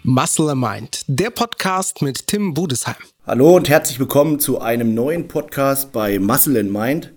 Muscle and Mind, der Podcast mit Tim Budesheim. Hallo und herzlich willkommen zu einem neuen Podcast bei Muscle and Mind.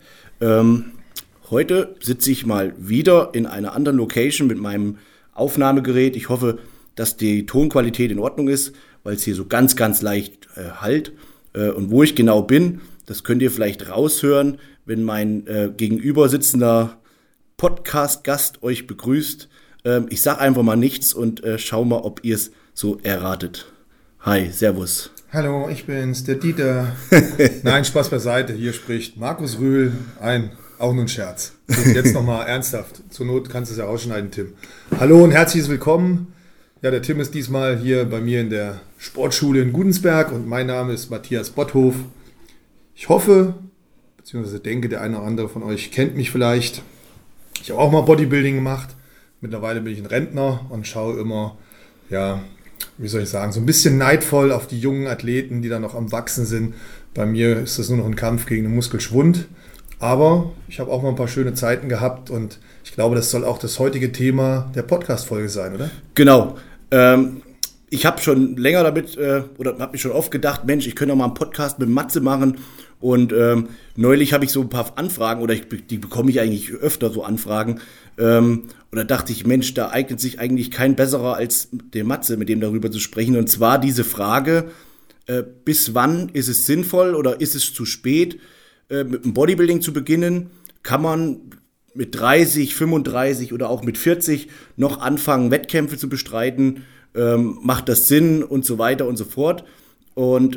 Heute sitze ich mal wieder in einer anderen Location mit meinem Aufnahmegerät. Ich hoffe, dass die Tonqualität in Ordnung ist, weil es hier so ganz leicht hallt. Und wo ich genau bin, das könnt ihr vielleicht raushören, wenn mein gegenüber sitzender Podcast-Gast euch begrüßt. Ich sag einfach mal nichts und schau mal, ob ihr es so erratet. Hi, servus. Hallo, ich bin's, der Dieter. Nein, Spaß beiseite. Hier spricht Markus Rühl. Auch nur ein Scherz. Und jetzt nochmal ernsthaft. Zur Not kannst du es ja rausschneiden, Tim. Hallo und herzliches Willkommen. Ja, der Tim ist diesmal hier bei mir in der Sportschule in Gudensberg und mein Name ist Matthias Botthof. Ich hoffe, beziehungsweise denke, der eine oder andere von euch kennt mich vielleicht. Ich habe auch mal Bodybuilding gemacht. Mittlerweile bin ich ein Rentner und schaue immer, ja, wie soll ich sagen, so ein bisschen neidvoll auf die jungen Athleten, die da noch am Wachsen sind. Bei mir ist das nur noch ein Kampf gegen den Muskelschwund. Aber ich habe auch mal ein paar schöne Zeiten gehabt und ich glaube, das soll auch das heutige Thema der Podcast-Folge sein, oder? Genau. Ich habe schon länger damit, oder habe mich schon oft gedacht, Mensch, ich könnte auch mal einen Podcast mit Matze machen. Und neulich habe ich so ein paar Anfragen, oder die bekomme ich eigentlich öfter, so Anfragen. Oder dachte ich, Mensch, da eignet sich eigentlich kein besserer als der Matze, mit dem darüber zu sprechen. Und zwar diese Frage, bis wann ist es sinnvoll oder ist es zu spät, mit dem Bodybuilding zu beginnen? Kann man mit 30, 35 oder auch mit 40 noch anfangen, Wettkämpfe zu bestreiten? Macht das Sinn und so weiter und so fort? Und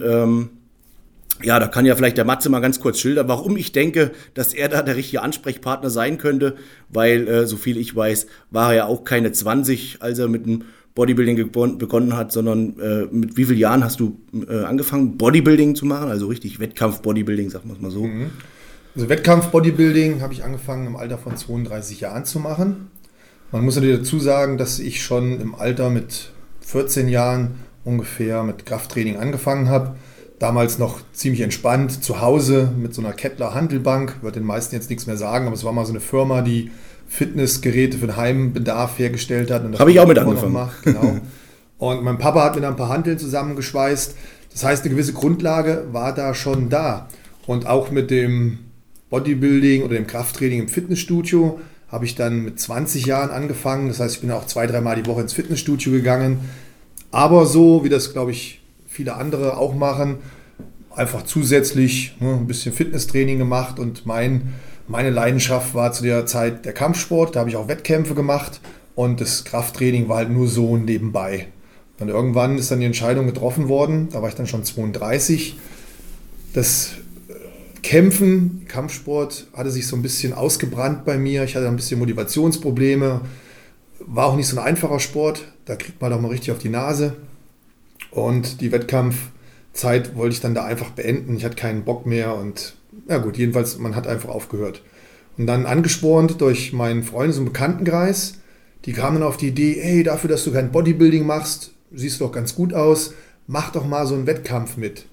ja, da kann ja vielleicht der Matze mal ganz kurz schildern, warum ich denke, dass er da der richtige Ansprechpartner sein könnte, weil, so viel ich weiß, war er ja auch keine 20, als er mit dem Bodybuilding begonnen hat, sondern mit wie vielen Jahren hast du angefangen, Bodybuilding zu machen? Also richtig Wettkampf-Bodybuilding, sagen wir es mal so. Also Wettkampf-Bodybuilding habe ich angefangen im Alter von 32 Jahren zu machen. Man muss natürlich dazu sagen, dass ich schon im Alter mit 14 Jahren ungefähr mit Krafttraining angefangen habe. Damals noch ziemlich entspannt, zu Hause mit so einer Kettler Hantelbank. Wird den meisten jetzt nichts mehr sagen, aber es war mal so eine Firma, die Fitnessgeräte für den Heimbedarf hergestellt hat. Habe ich auch mit angefangen. Genau. Und mein Papa hat mir da ein paar Hanteln zusammengeschweißt. Das heißt, eine gewisse Grundlage war da schon da. Und auch mit dem Bodybuilding oder dem Krafttraining im Fitnessstudio habe ich dann mit 20 Jahren angefangen. Das heißt, ich bin auch 2-3 Mal die Woche ins Fitnessstudio gegangen. Aber so, wie das, glaube ich, viele andere auch machen, einfach zusätzlich ein bisschen Fitnesstraining gemacht und meine Leidenschaft war zu der Zeit der Kampfsport, da habe ich auch Wettkämpfe gemacht und das Krafttraining war halt nur so nebenbei. Und irgendwann ist dann die Entscheidung getroffen worden, da war ich dann schon 32, das Kämpfen, Kampfsport hatte sich so ein bisschen ausgebrannt bei mir, ich hatte ein bisschen Motivationsprobleme, war auch nicht so ein einfacher Sport, da kriegt man doch mal richtig auf die Nase. Und die Wettkampfzeit wollte ich dann da einfach beenden. Ich hatte keinen Bock mehr und ja gut, jedenfalls, man hat einfach aufgehört. Und dann angespornt durch meinen Freundes- und Bekanntenkreis, die kamen dann auf die Idee, hey, dafür, dass du kein Bodybuilding machst, siehst du doch ganz gut aus, mach doch mal so einen Wettkampf mit.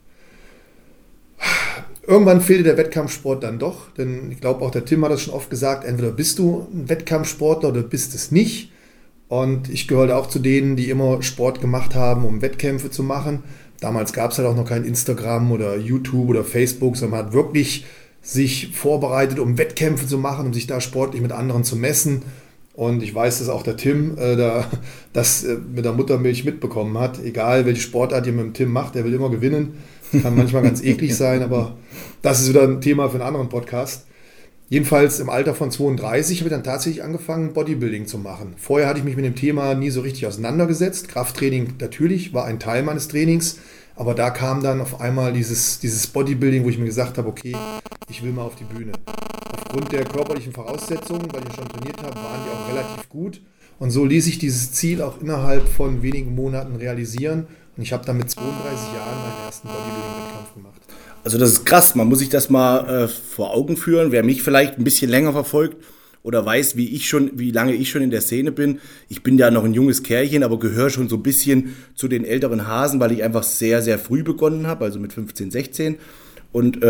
Irgendwann fehlte der Wettkampfsport dann doch, denn ich glaube auch der Tim hat das schon oft gesagt, entweder bist du ein Wettkampfsportler oder bist es nicht. Und ich gehörte auch zu denen, die immer Sport gemacht haben, um Wettkämpfe zu machen. Damals gab es halt auch noch kein Instagram oder YouTube oder Facebook, sondern man hat wirklich sich vorbereitet, um Wettkämpfe zu machen, um sich da sportlich mit anderen zu messen. Und ich weiß, dass auch der Tim das mit der Muttermilch mitbekommen hat. Egal, welche Sportart ihr mit dem Tim macht, der will immer gewinnen. Kann manchmal ganz eklig sein, aber das ist wieder ein Thema für einen anderen Podcast. Jedenfalls im Alter von 32 habe ich dann tatsächlich angefangen, Bodybuilding zu machen. Vorher hatte ich mich mit dem Thema nie so richtig auseinandergesetzt. Krafttraining natürlich war ein Teil meines Trainings, aber da kam dann auf einmal dieses Bodybuilding, wo ich mir gesagt habe, okay, ich will mal auf die Bühne. Aufgrund der körperlichen Voraussetzungen, weil ich schon trainiert habe, waren die auch relativ gut. Und so ließ ich dieses Ziel auch innerhalb von wenigen Monaten realisieren. Und ich habe dann mit 32 Jahren meinen ersten Bodybuilding-Wettkampf gemacht. Also das ist krass, man muss sich das mal vor Augen führen. Wer mich vielleicht ein bisschen länger verfolgt oder weiß, wie lange ich schon in der Szene bin. Ich bin ja noch ein junges Kerlchen, aber gehöre schon so ein bisschen zu den älteren Hasen, weil ich einfach sehr, sehr früh begonnen habe, also mit 15, 16. Und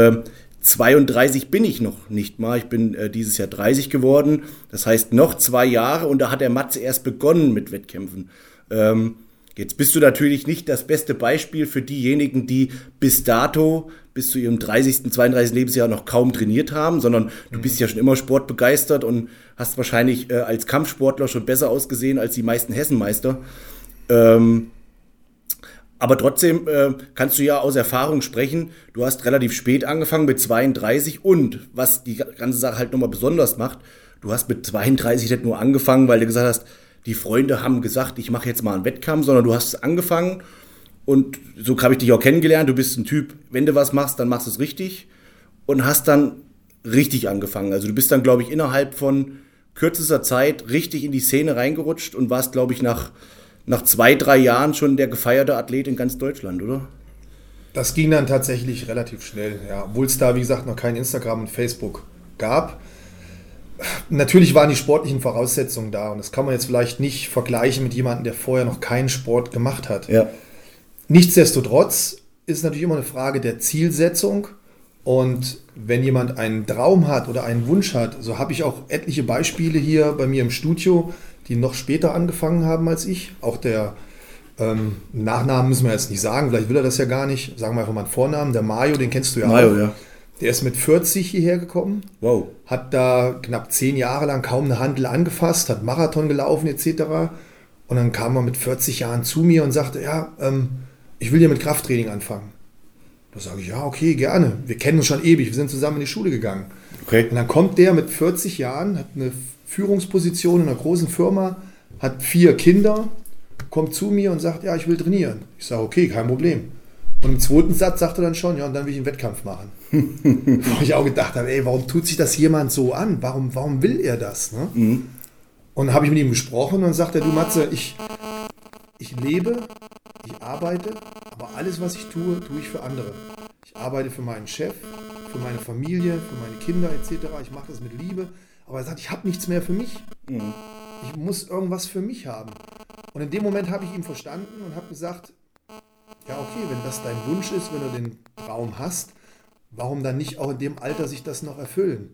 32 bin ich noch nicht mal. Ich bin dieses Jahr 30 geworden. Das heißt noch 2 Jahre und da hat der Matze erst begonnen mit Wettkämpfen. Jetzt bist du natürlich nicht das beste Beispiel für diejenigen, die bis zu ihrem 30., 32. Lebensjahr noch kaum trainiert haben, sondern du bist ja schon immer sportbegeistert und hast wahrscheinlich als Kampfsportler schon besser ausgesehen als die meisten Hessenmeister. Aber trotzdem kannst du ja aus Erfahrung sprechen, du hast relativ spät angefangen mit 32 und was die ganze Sache halt nochmal besonders macht, du hast mit 32 nicht nur angefangen, weil du gesagt hast, die Freunde haben gesagt, ich mache jetzt mal einen Wettkampf, sondern du hast angefangen und so habe ich dich auch kennengelernt. Du bist ein Typ, wenn du was machst, dann machst du es richtig und hast dann richtig angefangen. Also du bist dann, glaube ich, innerhalb von kürzester Zeit richtig in die Szene reingerutscht und warst, glaube ich, nach 2-3 Jahren schon der gefeierte Athlet in ganz Deutschland, oder? Das ging dann tatsächlich relativ schnell, ja, obwohl es da, wie gesagt, noch kein Instagram und Facebook gab. Natürlich waren die sportlichen Voraussetzungen da und das kann man jetzt vielleicht nicht vergleichen mit jemandem, der vorher noch keinen Sport gemacht hat. Ja. Nichtsdestotrotz ist es natürlich immer eine Frage der Zielsetzung und wenn jemand einen Traum hat oder einen Wunsch hat, so habe ich auch etliche Beispiele hier bei mir im Studio, die noch später angefangen haben als ich. Auch der Nachnamen müssen wir jetzt nicht sagen, vielleicht will er das ja gar nicht. Sagen wir einfach mal einen Vornamen, der Mario, den kennst du ja Mario, auch. ja. Der ist mit 40 hierher gekommen, Wow. hat da knapp 10 Jahre lang kaum eine Handel angefasst, hat Marathon gelaufen etc. Und dann kam er mit 40 Jahren zu mir und sagte, ja, ich will hier mit Krafttraining anfangen. Da sage ich, ja, okay, gerne. Wir kennen uns schon ewig, wir sind zusammen in die Schule gegangen. Okay. Und dann kommt der mit 40 Jahren, hat eine Führungsposition in einer großen Firma, hat 4 Kinder, kommt zu mir und sagt, ja, ich will trainieren. Ich sage, okay, kein Problem. Und im zweiten Satz sagt er dann schon, ja, und dann will ich einen Wettkampf machen. Wo ich auch gedacht habe, ey, warum tut sich das jemand so an? Warum will er das? Ne? Mhm. Und dann habe ich mit ihm gesprochen und dann sagt er, du Matze, ich lebe, ich arbeite, aber alles, was ich tue, tue ich für andere. Ich arbeite für meinen Chef, für meine Familie, für meine Kinder etc. Ich mache das mit Liebe. Aber er sagt, ich habe nichts mehr für mich. Mhm. Ich muss irgendwas für mich haben. Und in dem Moment habe ich ihn verstanden und habe gesagt, ja okay, wenn das dein Wunsch ist, wenn du den Traum hast, warum dann nicht auch in dem Alter sich das noch erfüllen?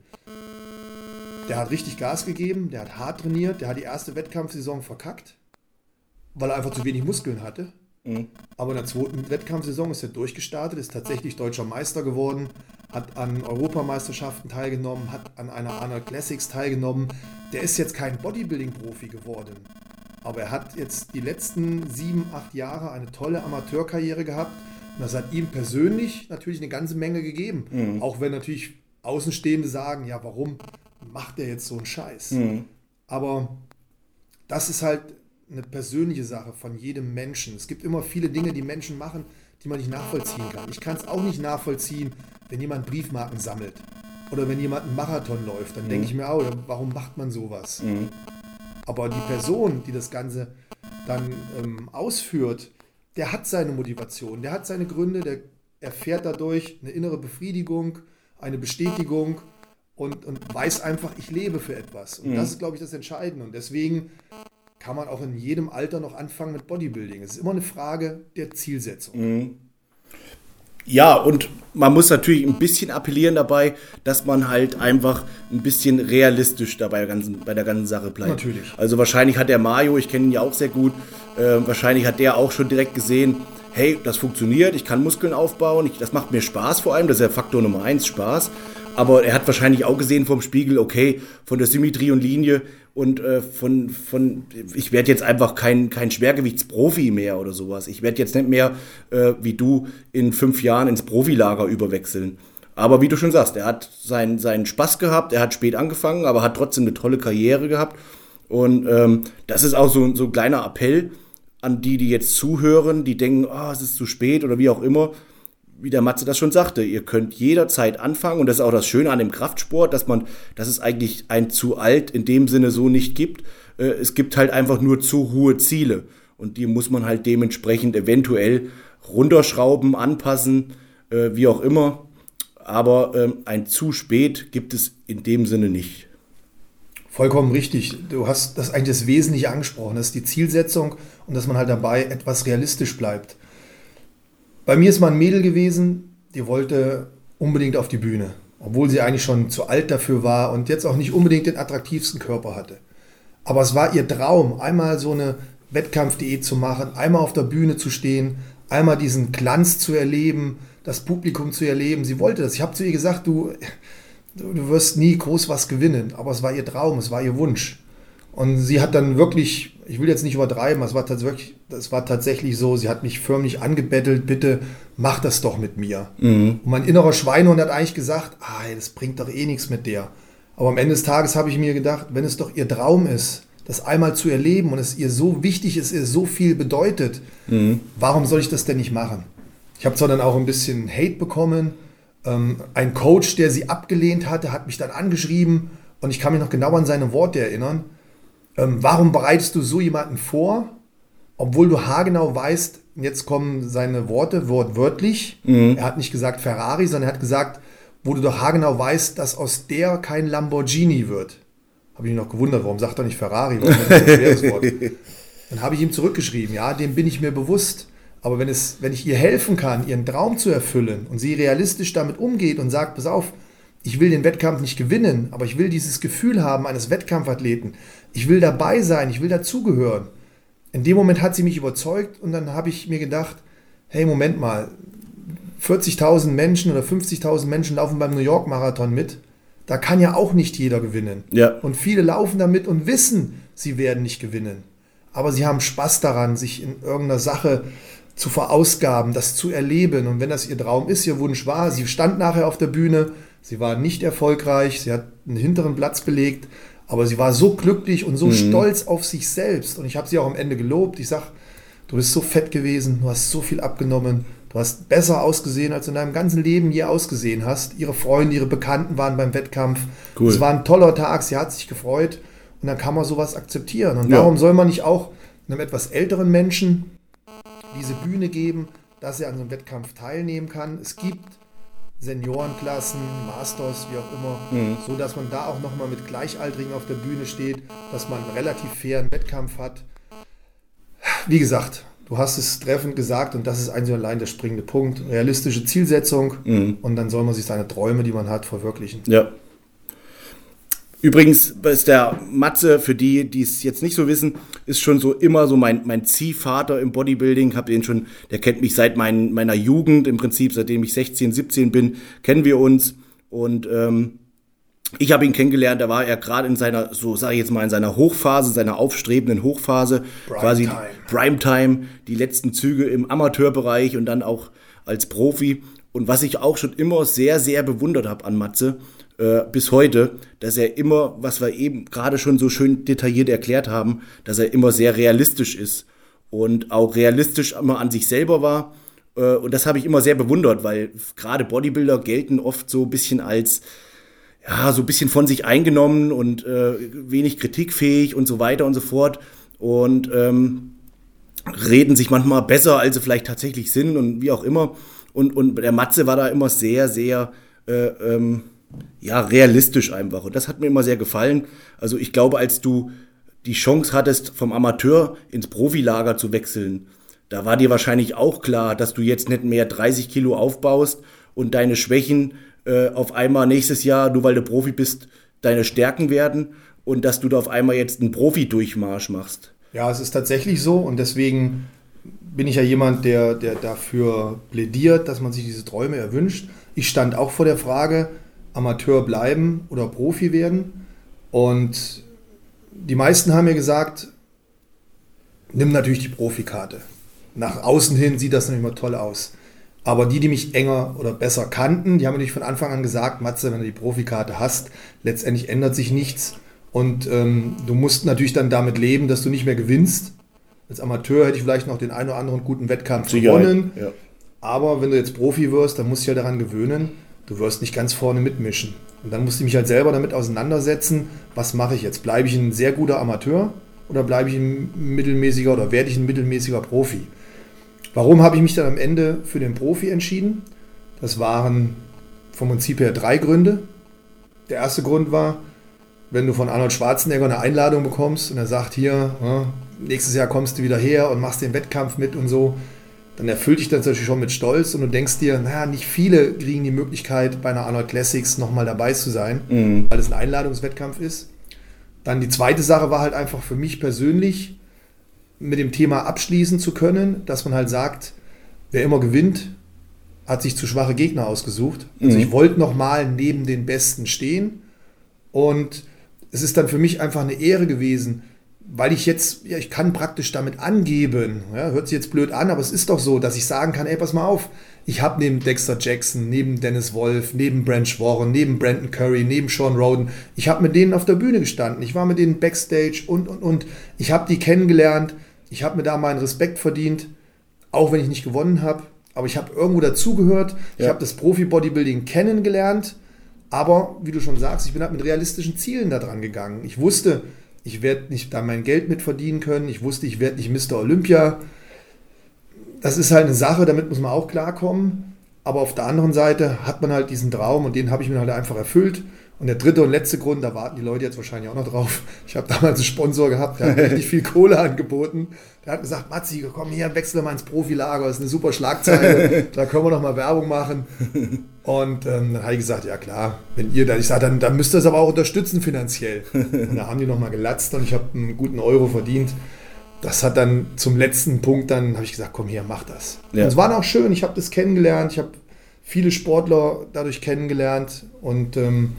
Der hat richtig Gas gegeben, der hat hart trainiert, der hat die erste Wettkampfsaison verkackt, weil er einfach zu wenig Muskeln hatte. Mhm. Aber in der zweiten Wettkampfsaison ist er durchgestartet, ist tatsächlich deutscher Meister geworden, hat an Europameisterschaften teilgenommen, hat an einer Arnold Classics teilgenommen. Der ist jetzt kein Bodybuilding-Profi geworden, aber er hat jetzt die letzten 7-8 Jahre eine tolle Amateurkarriere gehabt und das hat ihm persönlich natürlich eine ganze Menge gegeben. Mhm. Auch wenn natürlich Außenstehende sagen, ja, warum macht der jetzt so einen Scheiß? Mhm. Aber das ist halt eine persönliche Sache von jedem Menschen. Es gibt immer viele Dinge, die Menschen machen, die man nicht nachvollziehen kann. Ich kann es auch nicht nachvollziehen, wenn jemand Briefmarken sammelt oder wenn jemand einen Marathon läuft. Dann denke ich mir auch, warum macht man sowas? Mhm. Aber die Person, die das Ganze dann ausführt, der hat seine Motivation, der hat seine Gründe, der erfährt dadurch eine innere Befriedigung, eine Bestätigung und weiß einfach, ich lebe für etwas. Und das ist, glaube ich, das Entscheidende. Und deswegen kann man auch in jedem Alter noch anfangen mit Bodybuilding. Es ist immer eine Frage der Zielsetzung. Mhm. Ja, und man muss natürlich ein bisschen appellieren dabei, dass man halt einfach ein bisschen realistisch dabei bei der ganzen Sache bleibt. Natürlich. Also wahrscheinlich hat der Mario, ich kenne ihn ja auch sehr gut, wahrscheinlich hat der auch schon direkt gesehen, hey, das funktioniert, ich kann Muskeln aufbauen, das macht mir Spaß vor allem, das ist ja Faktor Nummer 1, Spaß. Aber er hat wahrscheinlich auch gesehen vom Spiegel, okay, von der Symmetrie und Linie und ich werde jetzt einfach kein Schwergewichtsprofi mehr oder sowas. Ich werde jetzt nicht mehr wie du in 5 Jahren ins Profilager überwechseln. Aber wie du schon sagst, er hat seinen Spaß gehabt, er hat spät angefangen, aber hat trotzdem eine tolle Karriere gehabt. Und das ist auch so ein kleiner Appell an die jetzt zuhören, die denken, es ist zu spät oder wie auch immer. Wie der Matze das schon sagte, ihr könnt jederzeit anfangen und das ist auch das Schöne an dem Kraftsport, dass es eigentlich ein zu alt in dem Sinne so nicht gibt. Es gibt halt einfach nur zu hohe Ziele und die muss man halt dementsprechend eventuell runterschrauben, anpassen, wie auch immer. Aber ein zu spät gibt es in dem Sinne nicht. Vollkommen richtig. Du hast das eigentlich das Wesentliche angesprochen. Das ist die Zielsetzung und dass man halt dabei etwas realistisch bleibt. Bei mir ist mal ein Mädel gewesen, die wollte unbedingt auf die Bühne, obwohl sie eigentlich schon zu alt dafür war und jetzt auch nicht unbedingt den attraktivsten Körper hatte. Aber es war ihr Traum, einmal so eine Wettkampfdiät zu machen, einmal auf der Bühne zu stehen, einmal diesen Glanz zu erleben, das Publikum zu erleben. Sie wollte das. Ich habe zu ihr gesagt, du wirst nie groß was gewinnen, aber es war ihr Traum, es war ihr Wunsch. Und sie hat dann wirklich, ich will jetzt nicht übertreiben, es war tatsächlich so, sie hat mich förmlich angebettelt, bitte mach das doch mit mir. Und mein innerer Schweinehund hat eigentlich gesagt, das bringt doch eh nichts mit der. Aber am Ende des Tages habe ich mir gedacht, wenn es doch ihr Traum ist, das einmal zu erleben und es ihr so wichtig ist, ihr so viel bedeutet, warum soll ich das denn nicht machen? Ich habe zwar dann auch ein bisschen Hate bekommen, ein Coach, der sie abgelehnt hatte, hat mich dann angeschrieben und ich kann mich noch genau an seine Worte erinnern. Warum bereitest du so jemanden vor, obwohl du haargenau weißt, jetzt kommen seine Worte wortwörtlich, er hat nicht gesagt Ferrari, sondern er hat gesagt, wo du doch haargenau weißt, dass aus der kein Lamborghini wird. Habe ich mich noch gewundert, warum sagt er nicht Ferrari? Warum ist das ein schweres Wort? Dann habe ich ihm zurückgeschrieben, ja, dem bin ich mir bewusst, aber wenn ich ihr helfen kann, ihren Traum zu erfüllen und sie realistisch damit umgeht und sagt, pass auf, ich will den Wettkampf nicht gewinnen, aber ich will dieses Gefühl haben eines Wettkampfathleten. Ich will dabei sein, ich will dazugehören. In dem Moment hat sie mich überzeugt und dann habe ich mir gedacht, hey, Moment mal, 40.000 Menschen oder 50.000 Menschen laufen beim New York Marathon mit. Da kann ja auch nicht jeder gewinnen. Ja. Und viele laufen damit und wissen, sie werden nicht gewinnen. Aber sie haben Spaß daran, sich in irgendeiner Sache zu verausgaben, das zu erleben. Und wenn das ihr Traum ist, ihr Wunsch war, sie stand nachher auf der Bühne, sie war nicht erfolgreich, sie hat einen hinteren Platz belegt, aber sie war so glücklich und so stolz auf sich selbst. Und ich habe sie auch am Ende gelobt. Ich sage, du bist so fett gewesen, du hast so viel abgenommen, du hast besser ausgesehen, als du in deinem ganzen Leben je ausgesehen hast. Ihre Freunde, ihre Bekannten waren beim Wettkampf. Cool. Es war ein toller Tag, sie hat sich gefreut und dann kann man sowas akzeptieren. Und warum soll man nicht auch einem etwas älteren Menschen diese Bühne geben, dass er an so einem Wettkampf teilnehmen kann? Es gibt Seniorenklassen, Masters, wie auch immer, so dass man da auch nochmal mit Gleichaltrigen auf der Bühne steht, dass man einen relativ fairen Wettkampf hat. Wie gesagt, du hast es treffend gesagt und das ist einzig und allein der springende Punkt. Realistische Zielsetzung und dann soll man sich seine Träume, die man hat, verwirklichen. Ja. Übrigens ist der Matze, für die, die es jetzt nicht so wissen, ist schon so immer so mein Ziehvater im Bodybuilding. Hab den schon, der kennt mich seit meiner Jugend, im Prinzip seitdem ich 16, 17 bin, kennen wir uns. Und ich habe ihn kennengelernt, da war er gerade in seiner, so sage ich jetzt mal, in seiner Hochphase, seiner aufstrebenden Hochphase, quasi Primetime, die letzten Züge im Amateurbereich und dann auch als Profi. Und was ich auch schon immer sehr, sehr bewundert habe an Matze, bis heute, dass er immer, was wir eben gerade schon so schön detailliert erklärt haben, dass er immer sehr realistisch ist und auch realistisch immer an sich selber war. Und das habe ich immer sehr bewundert, weil gerade Bodybuilder gelten oft so ein bisschen als, ja, so ein bisschen von sich eingenommen und wenig kritikfähig und so weiter und so fort. Und reden sich manchmal besser, als sie vielleicht tatsächlich sind und wie auch immer. Und der Matze war da immer sehr, sehr realistisch einfach. Und das hat mir immer sehr gefallen. Also ich glaube, als du die Chance hattest, vom Amateur ins Profilager zu wechseln, da war dir wahrscheinlich auch klar, dass du jetzt nicht mehr 30 Kilo aufbaust und deine Schwächen auf einmal nächstes Jahr, nur weil du Profi bist, deine Stärken werden und dass du da auf einmal jetzt einen Profi-Durchmarsch machst. Ja, es ist tatsächlich so und deswegen bin ich ja jemand, der dafür plädiert, dass man sich diese Träume erwünscht. Ich stand auch vor der Frage, Amateur bleiben oder Profi werden. Und die meisten haben mir gesagt, nimm natürlich die Profikarte. Nach außen hin sieht das nämlich mal toll aus. Aber die mich enger oder besser kannten, die haben natürlich von Anfang an gesagt, Matze, wenn du die Profikarte hast, letztendlich ändert sich nichts. Und du musst natürlich dann damit leben, dass du nicht mehr gewinnst. Als Amateur hätte ich vielleicht noch den einen oder anderen guten Wettkampf gewonnen. Ja. Aber wenn du jetzt Profi wirst, dann musst du dich halt daran gewöhnen, du wirst nicht ganz vorne mitmischen. Und dann musste ich mich halt selber damit auseinandersetzen, was mache ich jetzt? Bleibe ich ein sehr guter Amateur oder bleibe ich ein mittelmäßiger oder werde ich ein mittelmäßiger Profi? Warum habe ich mich dann am Ende für den Profi entschieden? Das waren vom Prinzip her 3 Gründe. Der erste Grund war, wenn du von Arnold Schwarzenegger eine Einladung bekommst und er sagt, hier, nächstes Jahr kommst du wieder her und machst den Wettkampf mit und so, dann erfüllt dich das natürlich schon mit Stolz und du denkst dir, nicht viele kriegen die Möglichkeit, bei einer Arnold Classics nochmal dabei zu sein, weil es ein Einladungswettkampf ist. Dann die zweite Sache war halt einfach für mich persönlich, mit dem Thema abschließen zu können, dass man halt sagt, wer immer gewinnt, hat sich zu schwache Gegner ausgesucht. Also ich wollte nochmal neben den Besten stehen und es ist dann für mich einfach eine Ehre gewesen, weil ich jetzt, ich kann praktisch damit angeben, hört sich jetzt blöd an, aber es ist doch so, dass ich sagen kann, ey, pass mal auf, ich habe neben Dexter Jackson, neben Dennis Wolf, neben Branch Warren, neben Brandon Curry, neben Sean Roden, ich habe mit denen auf der Bühne gestanden, ich war mit denen Backstage und ich habe die kennengelernt, ich habe mir da meinen Respekt verdient, auch wenn ich nicht gewonnen habe, aber ich habe irgendwo dazugehört, ich habe das Profi-Bodybuilding kennengelernt, aber wie du schon sagst, ich bin halt mit realistischen Zielen da dran gegangen. Ich wusste, ich werde nicht da mein Geld mit verdienen können, ich wusste, ich werde nicht Mr. Olympia. Das ist halt eine Sache, damit muss man auch klarkommen, aber auf der anderen Seite hat man halt diesen Traum und den habe ich mir halt einfach erfüllt. Und der dritte und letzte Grund, da warten die Leute jetzt wahrscheinlich auch noch drauf. Ich habe damals einen Sponsor gehabt, der hat mir richtig viel Kohle angeboten. Der hat gesagt, Matzi, komm hier, wechsle mal ins Profilager, das ist eine super Schlagzeile, da können wir noch mal Werbung machen. Und dann habe ich gesagt, ja klar, wenn ihr da, ich sage, dann müsst ihr es aber auch unterstützen finanziell. Und da haben die noch mal gelatzt und ich habe einen guten Euro verdient. Das hat dann zum letzten Punkt, dann habe ich gesagt, komm hier, mach das. Ja. Und es war auch schön, ich habe das kennengelernt, ich habe viele Sportler dadurch kennengelernt und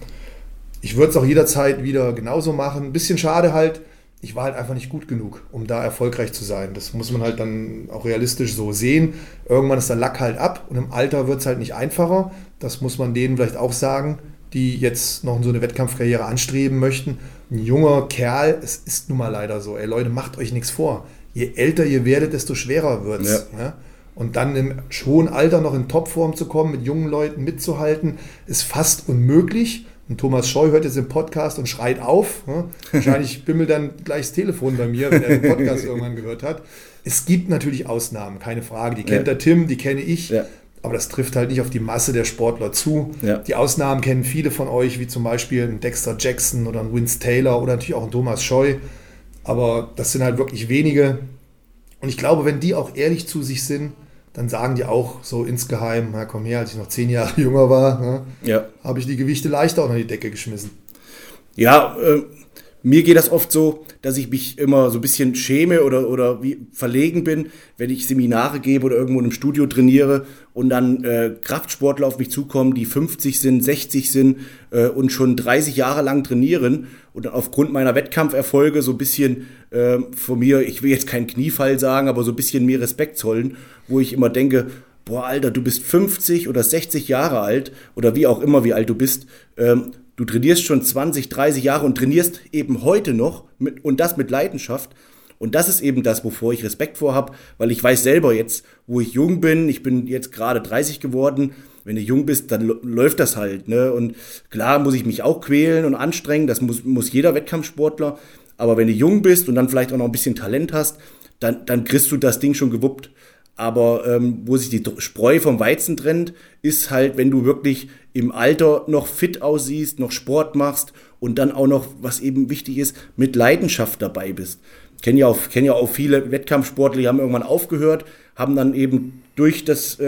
ich würde es auch jederzeit wieder genauso machen. Ein bisschen schade halt, ich war halt einfach nicht gut genug, um da erfolgreich zu sein. Das muss man halt dann auch realistisch so sehen. Irgendwann ist der Lack halt ab und im Alter wird es halt nicht einfacher. Das muss man denen vielleicht auch sagen, die jetzt noch so eine Wettkampfkarriere anstreben möchten. Ein junger Kerl, es ist nun mal leider so. Ey Leute, macht euch nichts vor. Je älter ihr werdet, desto schwerer wird es. Ja. Und dann im hohen Alter noch in Topform zu kommen, mit jungen Leuten mitzuhalten, ist fast unmöglich. Und Thomas Scheu hört jetzt den Podcast und schreit auf. Wahrscheinlich bimmelt dann gleich das Telefon bei mir, wenn er den Podcast irgendwann gehört hat. Es gibt natürlich Ausnahmen, keine Frage. Die kennt der Tim, die kenne ich. Ja. Aber das trifft halt nicht auf die Masse der Sportler zu. Ja. Die Ausnahmen kennen viele von euch, wie zum Beispiel ein Dexter Jackson oder ein Vince Taylor oder natürlich auch ein Thomas Scheu. Aber das sind halt wirklich wenige. Und ich glaube, wenn die auch ehrlich zu sich sind, dann sagen die auch so insgeheim, na komm her, als ich noch 10 Jahre jünger war, habe ich die Gewichte leichter auch an die Decke geschmissen. Ja, mir geht das oft so, dass ich mich immer so ein bisschen schäme oder wie verlegen bin, wenn ich Seminare gebe oder irgendwo in einem Studio trainiere und dann Kraftsportler auf mich zukommen, die 50 sind, 60 sind und schon 30 Jahre lang trainieren und dann aufgrund meiner Wettkampferfolge so ein bisschen von mir, ich will jetzt keinen Kniefall sagen, aber so ein bisschen mir Respekt zollen, wo ich immer denke, boah, Alter, du bist 50 oder 60 Jahre alt oder wie auch immer, wie alt du bist, du trainierst schon 20, 30 Jahre und trainierst eben heute noch und das mit Leidenschaft. Und das ist eben das, wovor ich Respekt vor habe, weil ich weiß selber jetzt, wo ich jung bin, ich bin jetzt gerade 30 geworden, wenn du jung bist, dann läuft das halt. Ne? Und klar muss ich mich auch quälen und anstrengen, das muss jeder Wettkampfsportler. Aber wenn du jung bist und dann vielleicht auch noch ein bisschen Talent hast, dann kriegst du das Ding schon gewuppt. Aber wo sich die Spreu vom Weizen trennt, ist halt, wenn du wirklich im Alter noch fit aussiehst, noch Sport machst und dann auch noch, was eben wichtig ist, mit Leidenschaft dabei bist. Kenn ja auch viele Wettkampfsportler, die haben irgendwann aufgehört, haben dann eben durch das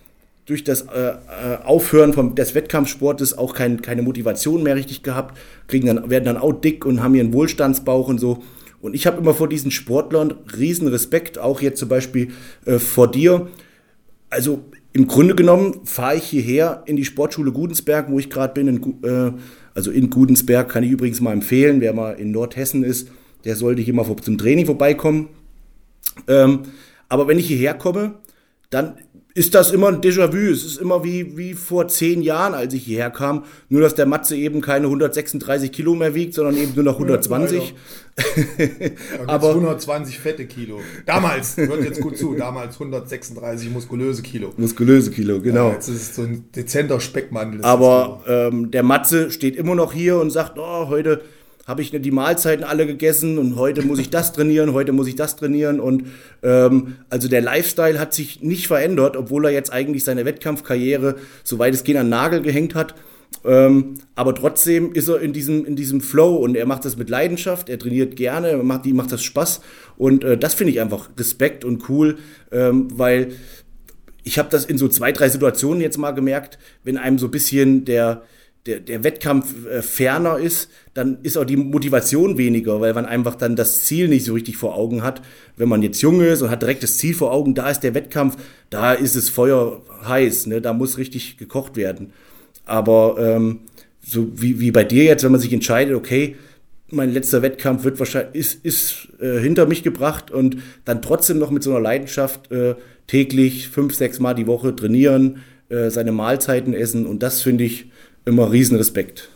Aufhören des Wettkampfsportes auch keine Motivation mehr richtig gehabt, werden dann auch dick und haben ihren Wohlstandsbauch und so. Und ich habe immer vor diesen Sportlern riesen Respekt, auch jetzt zum Beispiel vor dir. Also im Grunde genommen fahre ich hierher in die Sportschule Gudensberg, wo ich gerade bin. Also in Gudensberg kann ich übrigens mal empfehlen, wer mal in Nordhessen ist, der sollte hier mal zum Training vorbeikommen. Aber wenn ich hierher komme, dann ist das immer ein Déjà-vu. Es ist immer wie vor 10 Jahren, als ich hierher kam. Nur, dass der Matze eben keine 136 Kilo mehr wiegt, sondern eben nur noch 120. Aber 120 fette Kilo. Damals, hört jetzt gut zu, damals 136 muskulöse Kilo. Muskulöse Kilo, genau. Ja, jetzt ist es so ein dezenter Speckmantel. Aber der Matze steht immer noch hier und sagt, oh, heute habe ich die Mahlzeiten alle gegessen und heute muss ich das trainieren, heute muss ich das trainieren. Und also der Lifestyle hat sich nicht verändert, obwohl er jetzt eigentlich seine Wettkampfkarriere, soweit es geht, an den Nagel gehängt hat. Aber trotzdem ist er in diesem Flow und er macht das mit Leidenschaft, er trainiert gerne, macht das Spaß. Und das finde ich einfach Respekt und cool, weil ich habe das in so 2, 3 Situationen jetzt mal gemerkt, wenn einem so ein bisschen der der Wettkampf ferner ist, dann ist auch die Motivation weniger, weil man einfach dann das Ziel nicht so richtig vor Augen hat. Wenn man jetzt jung ist und hat direkt das Ziel vor Augen, da ist der Wettkampf, da ist es Feuer heiß, ne? Da muss richtig gekocht werden. Aber so wie bei dir jetzt, wenn man sich entscheidet, okay, mein letzter Wettkampf wird wahrscheinlich ist hinter mich gebracht und dann trotzdem noch mit so einer Leidenschaft täglich 5-6 Mal die Woche trainieren, seine Mahlzeiten essen, und das finde ich immer riesen Respekt.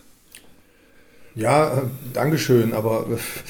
Ja, Dankeschön, aber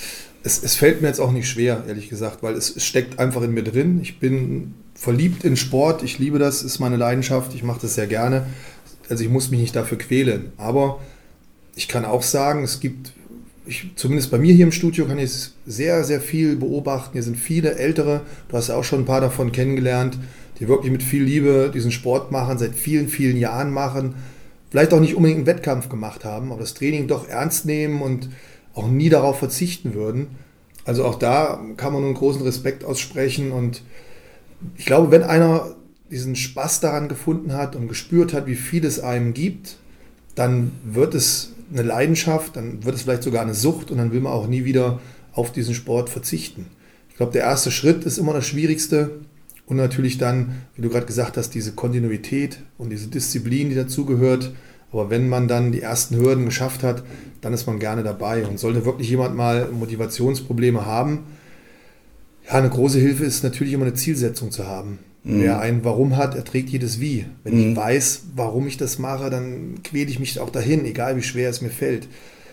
es fällt mir jetzt auch nicht schwer, ehrlich gesagt, weil es steckt einfach in mir drin. Ich bin verliebt in Sport, ich liebe das, ist meine Leidenschaft, ich mache das sehr gerne. Also ich muss mich nicht dafür quälen, aber ich kann auch sagen, es gibt, zumindest bei mir hier im Studio kann ich es sehr, sehr viel beobachten. Hier sind viele Ältere, du hast ja auch schon ein paar davon kennengelernt, die wirklich mit viel Liebe diesen Sport machen, seit vielen, vielen Jahren machen, vielleicht auch nicht unbedingt einen Wettkampf gemacht haben, aber das Training doch ernst nehmen und auch nie darauf verzichten würden. Also auch da kann man nur einen großen Respekt aussprechen, und ich glaube, wenn einer diesen Spaß daran gefunden hat und gespürt hat, wie viel es einem gibt, dann wird es eine Leidenschaft, dann wird es vielleicht sogar eine Sucht, und dann will man auch nie wieder auf diesen Sport verzichten. Ich glaube, der erste Schritt ist immer das Schwierigste, und natürlich dann, wie du gerade gesagt hast, diese Kontinuität und diese Disziplin, die dazugehört. Aber wenn man dann die ersten Hürden geschafft hat, dann ist man gerne dabei. Und sollte wirklich jemand mal Motivationsprobleme haben, ja, eine große Hilfe ist natürlich immer eine Zielsetzung zu haben. Wer ein Warum hat, erträgt jedes Wie. Wenn ich weiß, warum ich das mache, dann quäle ich mich auch dahin, egal wie schwer es mir fällt.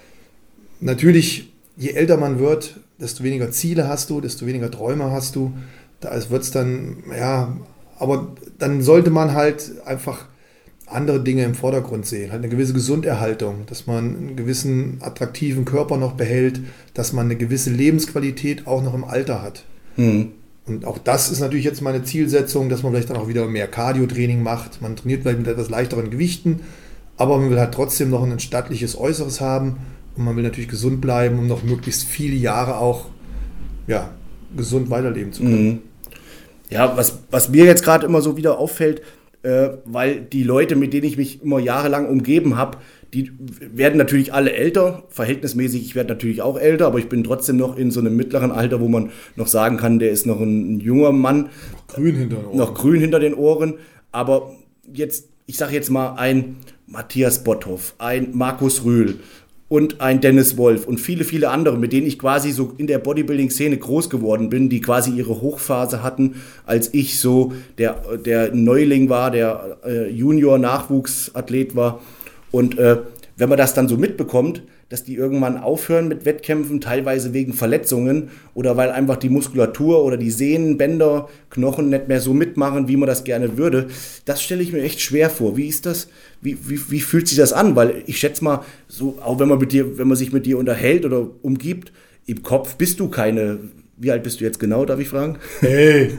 Natürlich, je älter man wird, desto weniger Ziele hast du, desto weniger Träume hast du. Da wird es dann, ja, aber dann sollte man halt einfach andere Dinge im Vordergrund sehen. Halt eine gewisse Gesunderhaltung, dass man einen gewissen attraktiven Körper noch behält, dass man eine gewisse Lebensqualität auch noch im Alter hat. Und auch das ist natürlich jetzt meine Zielsetzung, dass man vielleicht dann auch wieder mehr Cardio-Training macht. Man trainiert vielleicht mit etwas leichteren Gewichten, aber man will halt trotzdem noch ein stattliches Äußeres haben, und man will natürlich gesund bleiben, um noch möglichst viele Jahre auch, ja, gesund weiterleben zu können. Ja, was mir jetzt gerade immer so wieder auffällt, weil die Leute, mit denen ich mich immer jahrelang umgeben habe, die werden natürlich alle älter, verhältnismäßig, ich werde natürlich auch älter, aber ich bin trotzdem noch in so einem mittleren Alter, wo man noch sagen kann, der ist noch ein junger Mann. Grün hinter den Ohren. Noch grün hinter den Ohren, aber jetzt, ich sage jetzt mal, ein Matthias Botthoff, ein Markus Rühl und ein Dennis Wolf und viele, viele andere, mit denen ich quasi so in der Bodybuilding-Szene groß geworden bin, die quasi ihre Hochphase hatten, als ich so der Neuling war, der Junior-Nachwuchsathlet war. Und wenn man das dann so mitbekommt, dass die irgendwann aufhören mit Wettkämpfen, teilweise wegen Verletzungen oder weil einfach die Muskulatur oder die Sehnen, Bänder, Knochen nicht mehr so mitmachen, wie man das gerne würde, das stelle ich mir echt schwer vor. Wie ist das? Wie fühlt sich das an? Weil ich schätze mal, so, auch wenn man sich mit dir unterhält oder umgibt, im Kopf bist du keine. Wie alt bist du jetzt genau, darf ich fragen? Hey,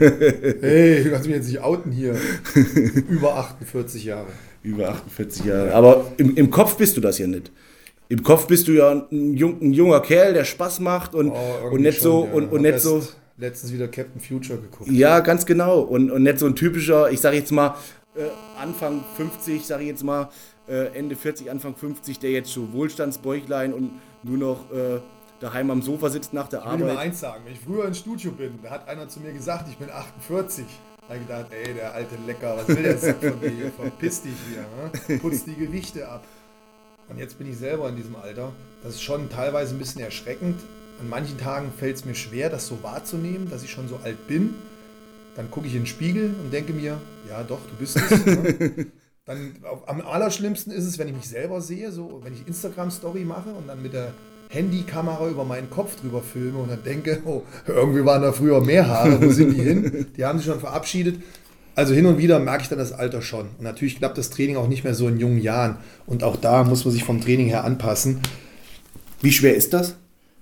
du kannst mich jetzt nicht outen hier. Über 48 Jahre. Über 48 Jahre. Aber im Kopf bist du das ja nicht. Im Kopf bist du ja ein junger Kerl, der Spaß macht und nicht so. Ja. Und nicht so. Letztens wieder Captain Future geguckt. Ja, ganz genau. Und nicht so ein typischer, ich sage jetzt mal, Anfang 50, sage ich jetzt mal, Ende 40, Anfang 50, der jetzt so Wohlstandsbäuchlein und nur noch daheim am Sofa sitzt nach der Arbeit. Ich will nur eins sagen, wenn ich früher ins Studio bin, da hat einer zu mir gesagt, ich bin 48. Da habe ich gedacht, ey, der alte Lecker, was will der jetzt von dir? Verpiss dich wieder, ne? Putz die Gewichte ab. Und jetzt bin ich selber in diesem Alter. Das ist schon teilweise ein bisschen erschreckend. An manchen Tagen fällt es mir schwer, das so wahrzunehmen, dass ich schon so alt bin. Dann gucke ich in den Spiegel und denke mir, ja doch, du bist es. Ne? Dann am allerschlimmsten ist es, wenn ich mich selber sehe, so wenn ich Instagram-Story mache und dann mit der Handykamera über meinen Kopf drüber filme und dann denke, oh, irgendwie waren da früher mehr Haare, wo sind die hin? Die haben sich schon verabschiedet. Also hin und wieder merke ich dann das Alter schon. Und natürlich klappt das Training auch nicht mehr so in jungen Jahren. Und auch da muss man sich vom Training her anpassen. Wie schwer ist das?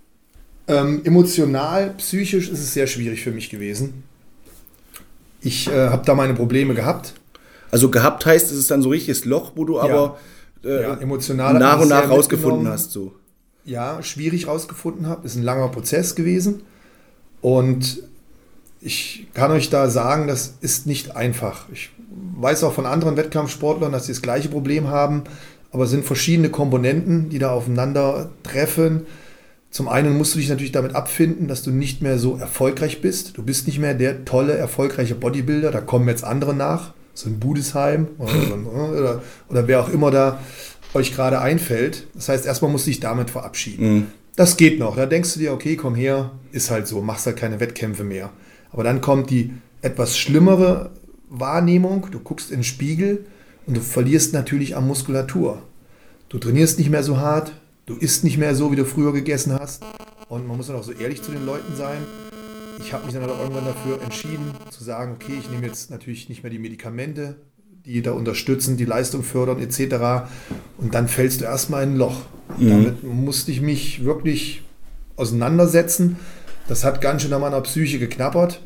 Emotional, psychisch ist es sehr schwierig für mich gewesen. Ich habe da meine Probleme gehabt. Also gehabt heißt, es ist dann so ein richtiges Loch, wo du aber emotional nach und nach rausgefunden hast. So. Ja, schwierig rausgefunden habe. Ist ein langer Prozess gewesen. Und ich kann euch da sagen, das ist nicht einfach. Ich weiß auch von anderen Wettkampfsportlern, dass sie das gleiche Problem haben. aber es sind verschiedene Komponenten, die da aufeinander treffen. Zum einen musst du dich natürlich damit abfinden, dass du nicht mehr so erfolgreich bist. Du bist nicht mehr der tolle, erfolgreiche Bodybuilder. Da kommen jetzt andere nach, so ein Budesheim oder wer auch immer da euch gerade einfällt. Das heißt, erstmal musst du dich damit verabschieden. Mhm. Das geht noch. Da denkst du dir, okay, komm her, ist halt so, machst halt keine Wettkämpfe mehr. Aber dann kommt die etwas schlimmere Wahrnehmung. Du guckst in den Spiegel und du verlierst natürlich an Muskulatur. Du trainierst nicht mehr so hart, du isst nicht mehr so, wie du früher gegessen hast. Und man muss dann auch so ehrlich zu den Leuten sein. Ich habe mich dann auch irgendwann dafür entschieden, zu sagen, okay, ich nehme jetzt natürlich nicht mehr die Medikamente, die da unterstützen, die Leistung fördern etc. Und dann fällst du erstmal in ein Loch. Damit musste ich mich wirklich auseinandersetzen. Das hat ganz schön an meiner Psyche geknabbert.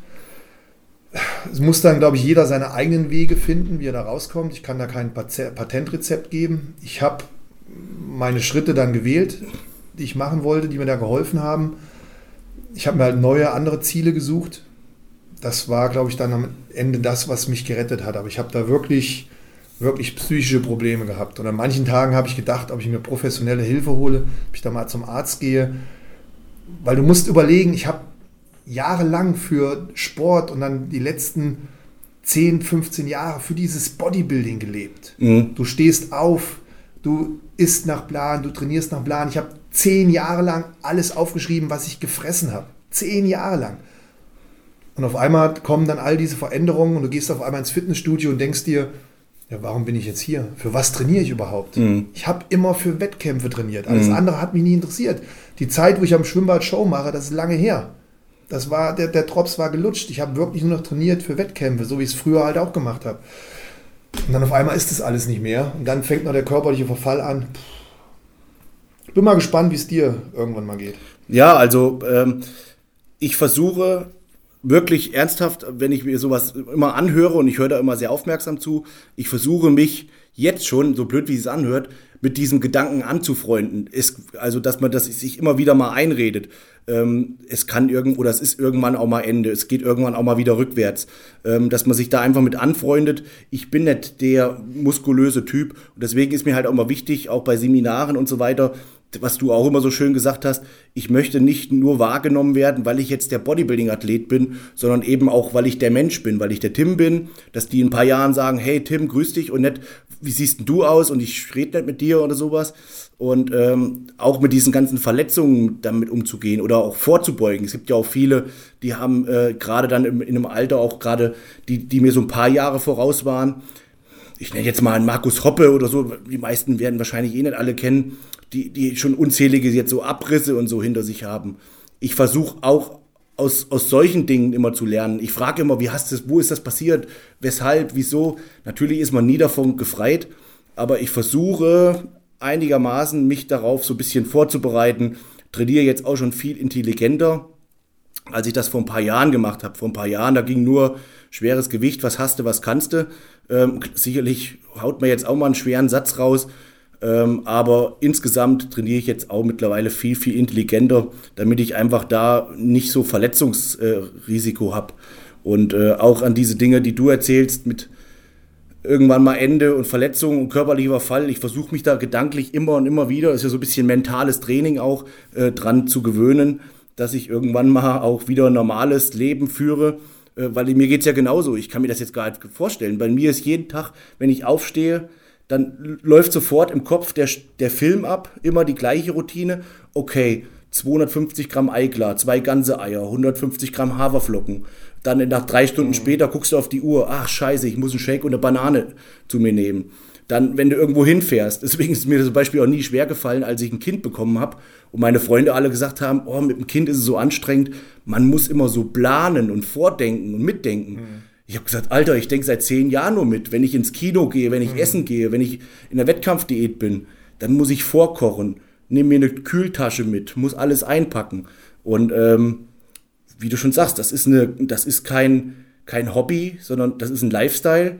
Es muss dann, glaube ich, jeder seine eigenen Wege finden, wie er da rauskommt. Ich kann da kein Patentrezept geben. Ich habe meine Schritte dann gewählt, die ich machen wollte, die mir da geholfen haben. Ich habe mir halt neue, andere Ziele gesucht. Das war, glaube ich, dann am Ende das, was mich gerettet hat. Aber ich habe da wirklich psychische Probleme gehabt. Und an manchen Tagen habe ich gedacht, ob ich mir professionelle Hilfe hole, ob ich da mal zum Arzt gehe. Weil du musst überlegen, ich habe jahrelang für Sport und dann die letzten 10, 15 Jahre für dieses Bodybuilding gelebt. Mhm. Du stehst auf, du isst nach Plan, du trainierst nach Plan. Ich habe 10 Jahre lang alles aufgeschrieben, was ich gefressen habe. 10 Jahre lang. Und auf einmal kommen dann all diese Veränderungen und du gehst auf einmal ins Fitnessstudio und denkst dir, ja, warum bin ich jetzt hier? Für was trainiere ich überhaupt? Mhm. Ich habe immer für Wettkämpfe trainiert. Alles andere hat mich nie interessiert. Die Zeit, wo ich am Schwimmbad Show mache, das ist lange her. Das war, der Drops war gelutscht. Ich habe wirklich nur noch trainiert für Wettkämpfe, so wie ich es früher halt auch gemacht habe. Und dann auf einmal ist das alles nicht mehr. Und dann fängt noch der körperliche Verfall an. Ich bin mal gespannt, wie es dir irgendwann mal geht. Ja, also ich versuche wirklich ernsthaft, wenn ich mir sowas immer anhöre und ich höre da immer sehr aufmerksam zu, ich versuche mich jetzt schon, so blöd wie es anhört, mit diesem Gedanken anzufreunden. Also, dass man das sich immer wieder mal einredet. Es ist irgendwann auch mal Ende. Es geht irgendwann auch mal wieder rückwärts. Dass man sich da einfach mit anfreundet. Ich bin nicht der muskulöse Typ. Und deswegen ist mir halt auch mal wichtig, auch bei Seminaren und so weiter, was du auch immer so schön gesagt hast, ich möchte nicht nur wahrgenommen werden, weil ich jetzt der Bodybuilding-Athlet bin, sondern eben auch, weil ich der Mensch bin, weil ich der Tim bin, dass die in ein paar Jahren sagen, hey Tim, grüß dich und nicht, wie siehst denn du aus und ich rede nicht mit dir oder sowas. Und auch mit diesen ganzen Verletzungen damit umzugehen oder auch vorzubeugen. Es gibt ja auch viele, die haben gerade dann in einem Alter auch gerade, die mir so ein paar Jahre voraus waren. Ich nenne jetzt mal einen Markus Hoppe oder so, die meisten werden wahrscheinlich nicht alle kennen, die schon unzählige jetzt so Abrisse und so hinter sich haben. Ich versuche auch aus solchen Dingen immer zu lernen. Ich frage immer, wo ist das passiert, weshalb, wieso. Natürlich ist man nie davon gefreit, aber ich versuche einigermaßen mich darauf so ein bisschen vorzubereiten. Trainiere jetzt auch schon viel intelligenter, als ich das vor ein paar Jahren gemacht habe. Vor ein paar Jahren, da ging nur schweres Gewicht, was hast du, was kannst du. Sicherlich haut man jetzt auch mal einen schweren Satz raus, aber insgesamt trainiere ich jetzt auch mittlerweile viel, viel intelligenter, damit ich einfach da nicht so Verletzungsrisiko habe. Und auch an diese Dinge, die du erzählst, mit irgendwann mal Ende und Verletzung und körperlicher Verfall, ich versuche mich da gedanklich immer und immer wieder, das ist ja so ein bisschen mentales Training auch, dran zu gewöhnen, dass ich irgendwann mal auch wieder ein normales Leben führe, weil mir geht es ja genauso, ich kann mir das jetzt gar nicht vorstellen. Bei mir ist jeden Tag, wenn ich aufstehe, dann läuft sofort im Kopf der Film ab, immer die gleiche Routine. Okay, 250 Gramm Eiklar, 2 ganze Eier, 150 Gramm Haferflocken. Dann nach 3 Stunden später guckst du auf die Uhr, ach scheiße, ich muss einen Shake und eine Banane zu mir nehmen. Dann, wenn du irgendwo hinfährst, deswegen ist mir das zum Beispiel auch nie schwer gefallen, als ich ein Kind bekommen habe und meine Freunde alle gesagt haben, oh, mit dem Kind ist es so anstrengend, man muss immer so planen und vordenken und mitdenken. Ich habe gesagt, Alter, ich denke seit 10 Jahren nur mit. Wenn ich ins Kino gehe, wenn ich essen gehe, wenn ich in der Wettkampfdiät bin, dann muss ich vorkochen, nehme mir eine Kühltasche mit, muss alles einpacken. Und wie du schon sagst, das ist kein Hobby, sondern das ist ein Lifestyle.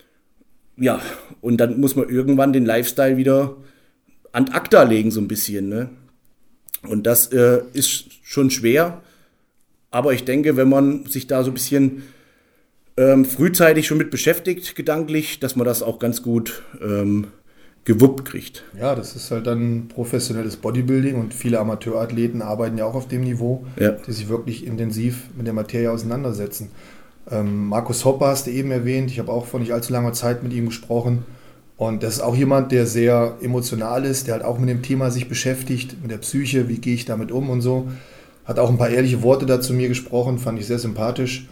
Ja, und dann muss man irgendwann den Lifestyle wieder ad acta legen, so ein bisschen. Ne? Und das ist schon schwer. Aber ich denke, wenn man sich da so ein bisschen frühzeitig schon mit beschäftigt, gedanklich, dass man das auch ganz gut gewuppt kriegt. Ja, das ist halt dann professionelles Bodybuilding und viele Amateurathleten arbeiten ja auch auf dem Niveau, die sich wirklich intensiv mit der Materie auseinandersetzen. Markus Hopper hast du eben erwähnt, ich habe auch vor nicht allzu langer Zeit mit ihm gesprochen und das ist auch jemand, der sehr emotional ist, der halt auch mit dem Thema sich beschäftigt, mit der Psyche, wie gehe ich damit um und so. Hat auch ein paar ehrliche Worte dazu mir gesprochen, fand ich sehr sympathisch.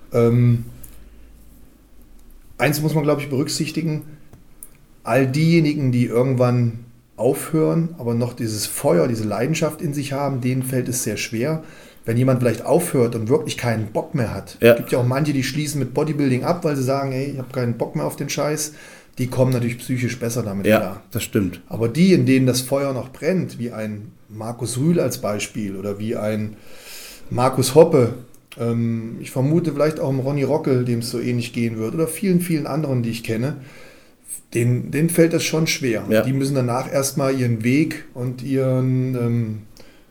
Eins muss man, glaube ich, berücksichtigen, all diejenigen, die irgendwann aufhören, aber noch dieses Feuer, diese Leidenschaft in sich haben, denen fällt es sehr schwer. Wenn jemand vielleicht aufhört und wirklich keinen Bock mehr hat, es gibt ja auch manche, die schließen mit Bodybuilding ab, weil sie sagen, hey, ich habe keinen Bock mehr auf den Scheiß, die kommen natürlich psychisch besser damit klar. Ja, das stimmt. Aber die, in denen das Feuer noch brennt, wie ein Markus Rühl als Beispiel oder wie ein Markus Hoppe, ich vermute vielleicht auch im Ronny Rockel, dem es so ähnlich gehen wird, oder vielen, vielen anderen, die ich kenne, denen fällt das schon schwer. Ja. Die müssen danach erstmal ihren Weg und ihren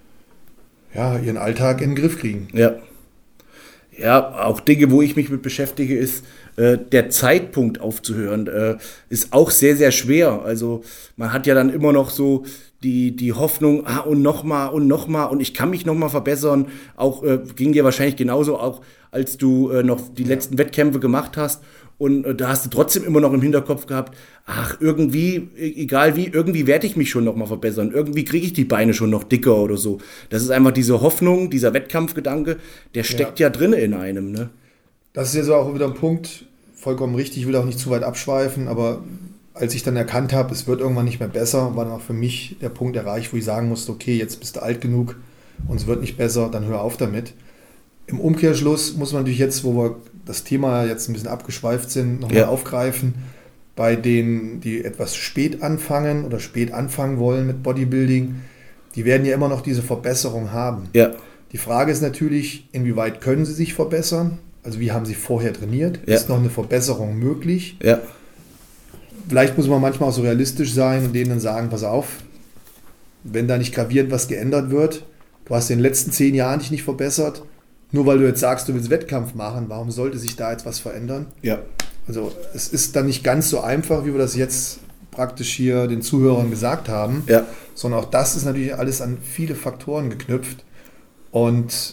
Alltag in den Griff kriegen. Ja, auch Dinge, wo ich mich mit beschäftige, ist der Zeitpunkt aufzuhören, ist auch sehr, sehr schwer. Also man hat ja dann immer noch so die Hoffnung, und nochmal und ich kann mich nochmal verbessern. Auch ging dir wahrscheinlich genauso, auch als du noch die letzten Wettkämpfe gemacht hast. Und da hast du trotzdem immer noch im Hinterkopf gehabt, irgendwie, egal wie, irgendwie werde ich mich schon noch mal verbessern. Irgendwie kriege ich die Beine schon noch dicker oder so. Das ist einfach diese Hoffnung, dieser Wettkampfgedanke, der steckt ja drin in einem. Ne? Das ist jetzt auch wieder ein Punkt, vollkommen richtig, ich will auch nicht zu weit abschweifen, aber als ich dann erkannt habe, es wird irgendwann nicht mehr besser, war dann auch für mich der Punkt erreicht, wo ich sagen musste, okay, jetzt bist du alt genug und es wird nicht besser, dann hör auf damit. Im Umkehrschluss muss man natürlich jetzt, wo wir das Thema jetzt ein bisschen abgeschweift sind, nochmal aufgreifen. Bei denen, die etwas spät anfangen oder spät anfangen wollen mit Bodybuilding, die werden ja immer noch diese Verbesserung haben. Ja. Die Frage ist natürlich, inwieweit können sie sich verbessern? Also wie haben sie vorher trainiert? Ja. Ist noch eine Verbesserung möglich? Ja. Vielleicht muss man manchmal auch so realistisch sein und denen dann sagen, pass auf, wenn da nicht gravierend was geändert wird, du hast in den letzten 10 Jahren dich nicht verbessert, nur weil du jetzt sagst, du willst Wettkampf machen, warum sollte sich da jetzt was verändern? Ja. Also es ist dann nicht ganz so einfach, wie wir das jetzt praktisch hier den Zuhörern gesagt haben, sondern auch das ist natürlich alles an viele Faktoren geknüpft. Und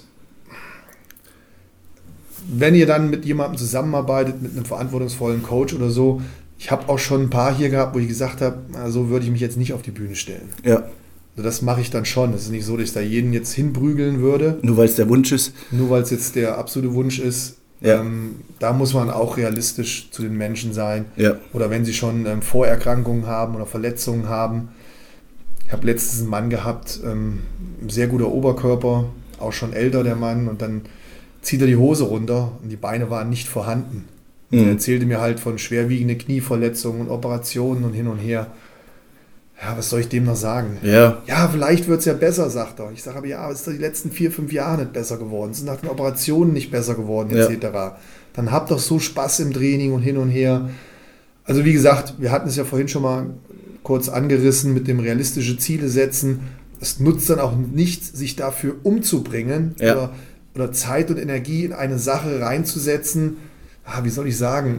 wenn ihr dann mit jemandem zusammenarbeitet, mit einem verantwortungsvollen Coach oder so, ich habe auch schon ein paar hier gehabt, wo ich gesagt habe, so würde ich mich jetzt nicht auf die Bühne stellen. Ja. Das mache ich dann schon. Es ist nicht so, dass ich da jeden jetzt hinprügeln würde. Nur weil es der Wunsch ist. Nur weil es jetzt der absolute Wunsch ist. Ja. Da muss man auch realistisch zu den Menschen sein. Ja. Oder wenn sie schon Vorerkrankungen haben oder Verletzungen haben. Ich habe letztens einen Mann gehabt, ein sehr guter Oberkörper, auch schon älter der Mann. Und dann zieht er die Hose runter und die Beine waren nicht vorhanden. Mhm. Er erzählte mir halt von schwerwiegenden Knieverletzungen und Operationen und hin und her. Ja, was soll ich dem noch sagen? Ja, vielleicht wird es ja besser, sagt er. Ich sage aber, es ist doch die letzten 4-5 Jahre nicht besser geworden. Es ist nach den Operationen nicht besser geworden, etc. Dann habt doch so Spaß im Training und hin und her. Also wie gesagt, wir hatten es ja vorhin schon mal kurz angerissen mit dem realistische Ziele setzen. Es nutzt dann auch nichts, sich dafür umzubringen oder Zeit und Energie in eine Sache reinzusetzen. Wie soll ich sagen?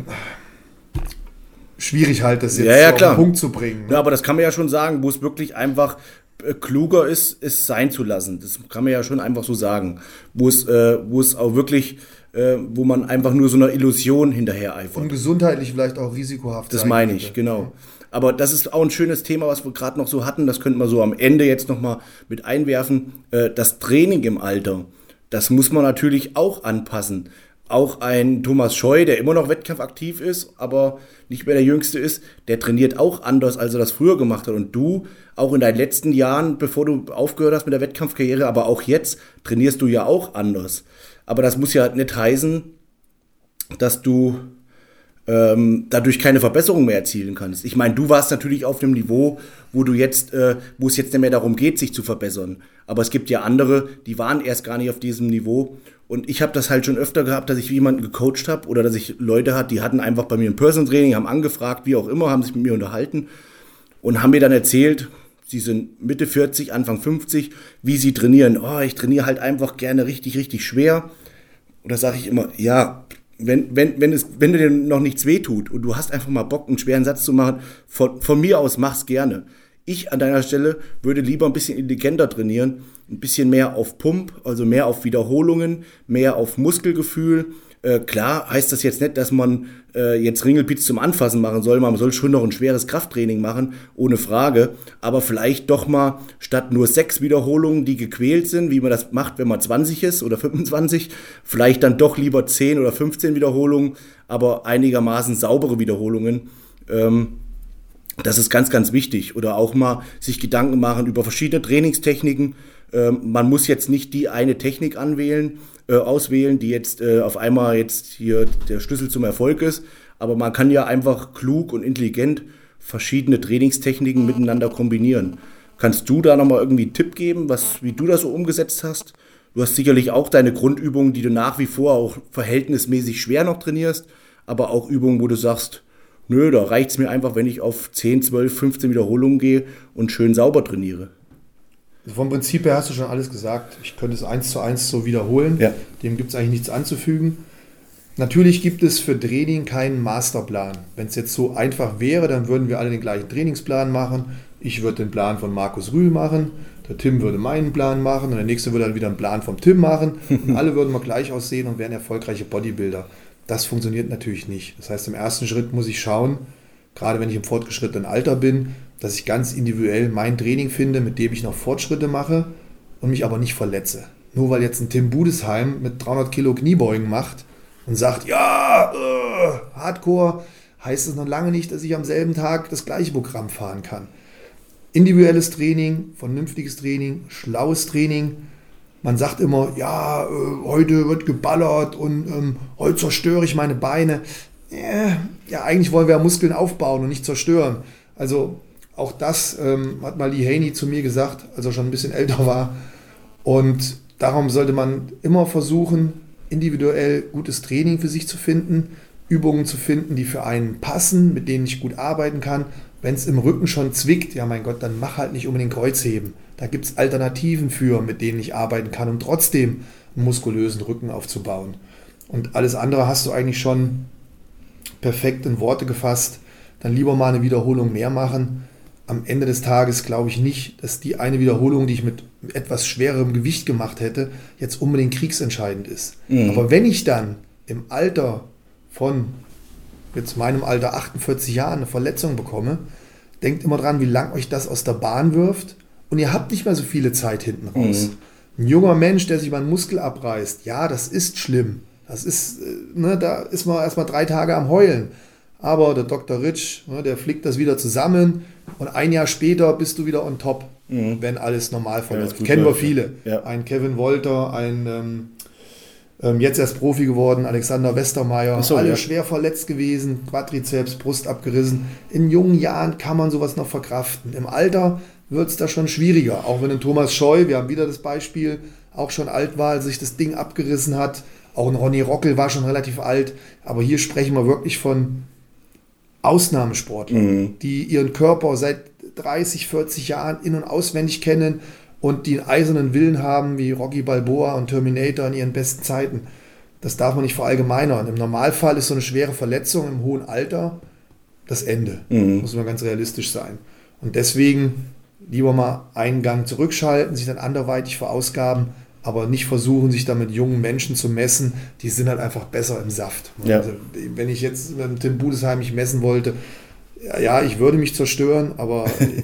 Schwierig halt, das jetzt auf den Punkt zu bringen. Ne? Ja, aber das kann man ja schon sagen, wo es wirklich einfach kluger ist, es sein zu lassen. Das kann man ja schon einfach so sagen. Wo es auch wirklich, wo man einfach nur so einer Illusion hinterher eifert. Und gesundheitlich vielleicht auch risikohaft sein. Das meine ich, genau. Aber das ist auch ein schönes Thema, was wir gerade noch so hatten. Das könnten wir so am Ende jetzt nochmal mit einwerfen. Das Training im Alter, das muss man natürlich auch anpassen. Auch ein Thomas Scheu, der immer noch wettkampfaktiv ist, aber nicht mehr der Jüngste ist, der trainiert auch anders, als er das früher gemacht hat. Und du, auch in deinen letzten Jahren, bevor du aufgehört hast mit der Wettkampfkarriere, aber auch jetzt, trainierst du ja auch anders. Aber das muss ja nicht heißen, dass du dadurch keine Verbesserung mehr erzielen kannst. Ich meine, du warst natürlich auf einem Niveau, wo es jetzt nicht mehr darum geht, sich zu verbessern. Aber es gibt ja andere, die waren erst gar nicht auf diesem Niveau. Und ich habe das halt schon öfter gehabt, dass ich jemanden gecoacht habe oder dass ich Leute hatte, die hatten einfach bei mir ein Personal Training, haben angefragt, wie auch immer, haben sich mit mir unterhalten und haben mir dann erzählt, sie sind Mitte 40, Anfang 50, wie sie trainieren. Ich trainiere halt einfach gerne richtig, richtig schwer. Und da sage ich immer, ja, wenn dir noch nichts wehtut und du hast einfach mal Bock, einen schweren Satz zu machen, von mir aus mach's gerne. Ich an deiner Stelle würde lieber ein bisschen intelligenter trainieren, ein bisschen mehr auf Pump, also mehr auf Wiederholungen, mehr auf Muskelgefühl. Klar heißt das jetzt nicht, dass man jetzt Ringelpiez zum Anfassen machen soll. Man soll schon noch ein schweres Krafttraining machen, ohne Frage. Aber vielleicht doch mal statt nur 6 Wiederholungen, die gequält sind, wie man das macht, wenn man 20 ist oder 25, vielleicht dann doch lieber 10 oder 15 Wiederholungen, aber einigermaßen saubere Wiederholungen. Das ist ganz, ganz wichtig. Oder auch mal sich Gedanken machen über verschiedene Trainingstechniken. Man muss jetzt nicht die eine Technik auswählen, die jetzt auf einmal jetzt hier der Schlüssel zum Erfolg ist. Aber man kann ja einfach klug und intelligent verschiedene Trainingstechniken miteinander kombinieren. Kannst du da nochmal irgendwie einen Tipp geben, wie du das so umgesetzt hast? Du hast sicherlich auch deine Grundübungen, die du nach wie vor auch verhältnismäßig schwer noch trainierst, aber auch Übungen, wo du sagst, nö, da reicht es mir einfach, wenn ich auf 10, 12, 15 Wiederholungen gehe und schön sauber trainiere. Vom Prinzip her hast du schon alles gesagt. Ich könnte es 1:1 so wiederholen. Ja. Dem gibt es eigentlich nichts anzufügen. Natürlich gibt es für Training keinen Masterplan. Wenn es jetzt so einfach wäre, dann würden wir alle den gleichen Trainingsplan machen. Ich würde den Plan von Markus Rühl machen, der Tim würde meinen Plan machen und der nächste würde dann wieder einen Plan vom Tim machen. Und alle würden mal gleich aussehen und wären erfolgreiche Bodybuilder. Das funktioniert natürlich nicht. Das heißt, im ersten Schritt muss ich schauen, gerade wenn ich im fortgeschrittenen Alter bin, dass ich ganz individuell mein Training finde, mit dem ich noch Fortschritte mache und mich aber nicht verletze. Nur weil jetzt ein Tim Budesheim mit 300 Kilo Kniebeugen macht und sagt, ja, Hardcore, heißt es noch lange nicht, dass ich am selben Tag das gleiche Programm fahren kann. Individuelles Training, vernünftiges Training, schlaues Training. Man sagt immer, ja, heute wird geballert und heute zerstöre ich meine Beine. Ja, eigentlich wollen wir ja Muskeln aufbauen und nicht zerstören. Also auch das hat mal Lee Haney zu mir gesagt, als er schon ein bisschen älter war. Und darum sollte man immer versuchen, individuell gutes Training für sich zu finden, Übungen zu finden, die für einen passen, mit denen ich gut arbeiten kann. Wenn es im Rücken schon zwickt, ja mein Gott, dann mach halt nicht unbedingt Kreuzheben. Da gibt es Alternativen für, mit denen ich arbeiten kann, um trotzdem einen muskulösen Rücken aufzubauen. Und alles andere hast du eigentlich schon perfekt in Worte gefasst. Dann lieber mal eine Wiederholung mehr machen. Am Ende des Tages glaube ich nicht, dass die eine Wiederholung, die ich mit etwas schwererem Gewicht gemacht hätte, jetzt unbedingt kriegsentscheidend ist. Aber wenn ich dann im Alter von jetzt meinem Alter 48 Jahren eine Verletzung bekomme, denkt immer dran, wie lang euch das aus der Bahn wirft und ihr habt nicht mehr so viele Zeit hinten raus. Ein junger Mensch, der sich mal einen Muskel abreißt, ja, das ist schlimm. Das ist, da ist man erstmal 3 Tage am Heulen. Aber der Dr. Ritsch, der flickt das wieder zusammen und ein Jahr später bist du wieder on top, wenn alles normal verläuft. Kennen wir viele. Ja. Ein Kevin Wolter, ein jetzt erst Profi geworden, Alexander Westermeier, alle schwer verletzt gewesen, Quadrizeps, Brust abgerissen. In jungen Jahren kann man sowas noch verkraften. Im Alter wird es da schon schwieriger. Auch wenn ein Thomas Scheu, wir haben wieder das Beispiel, auch schon alt war, als sich das Ding abgerissen hat. Auch ein Ronny Rockel war schon relativ alt. Aber hier sprechen wir wirklich von Ausnahmesportlern, die ihren Körper seit 30, 40 Jahren in- und auswendig kennen und die einen eisernen Willen haben, wie Rocky Balboa und Terminator in ihren besten Zeiten. Das darf man nicht verallgemeinern. Im Normalfall ist so eine schwere Verletzung im hohen Alter das Ende. Muss man ganz realistisch sein. Und deswegen lieber mal einen Gang zurückschalten, sich dann anderweitig verausgaben, aber nicht versuchen, sich da mit jungen Menschen zu messen. Die sind halt einfach besser im Saft. Ja. Also, wenn ich jetzt mit Tim Budesheim mich messen wollte, ja, ich würde mich zerstören, aber,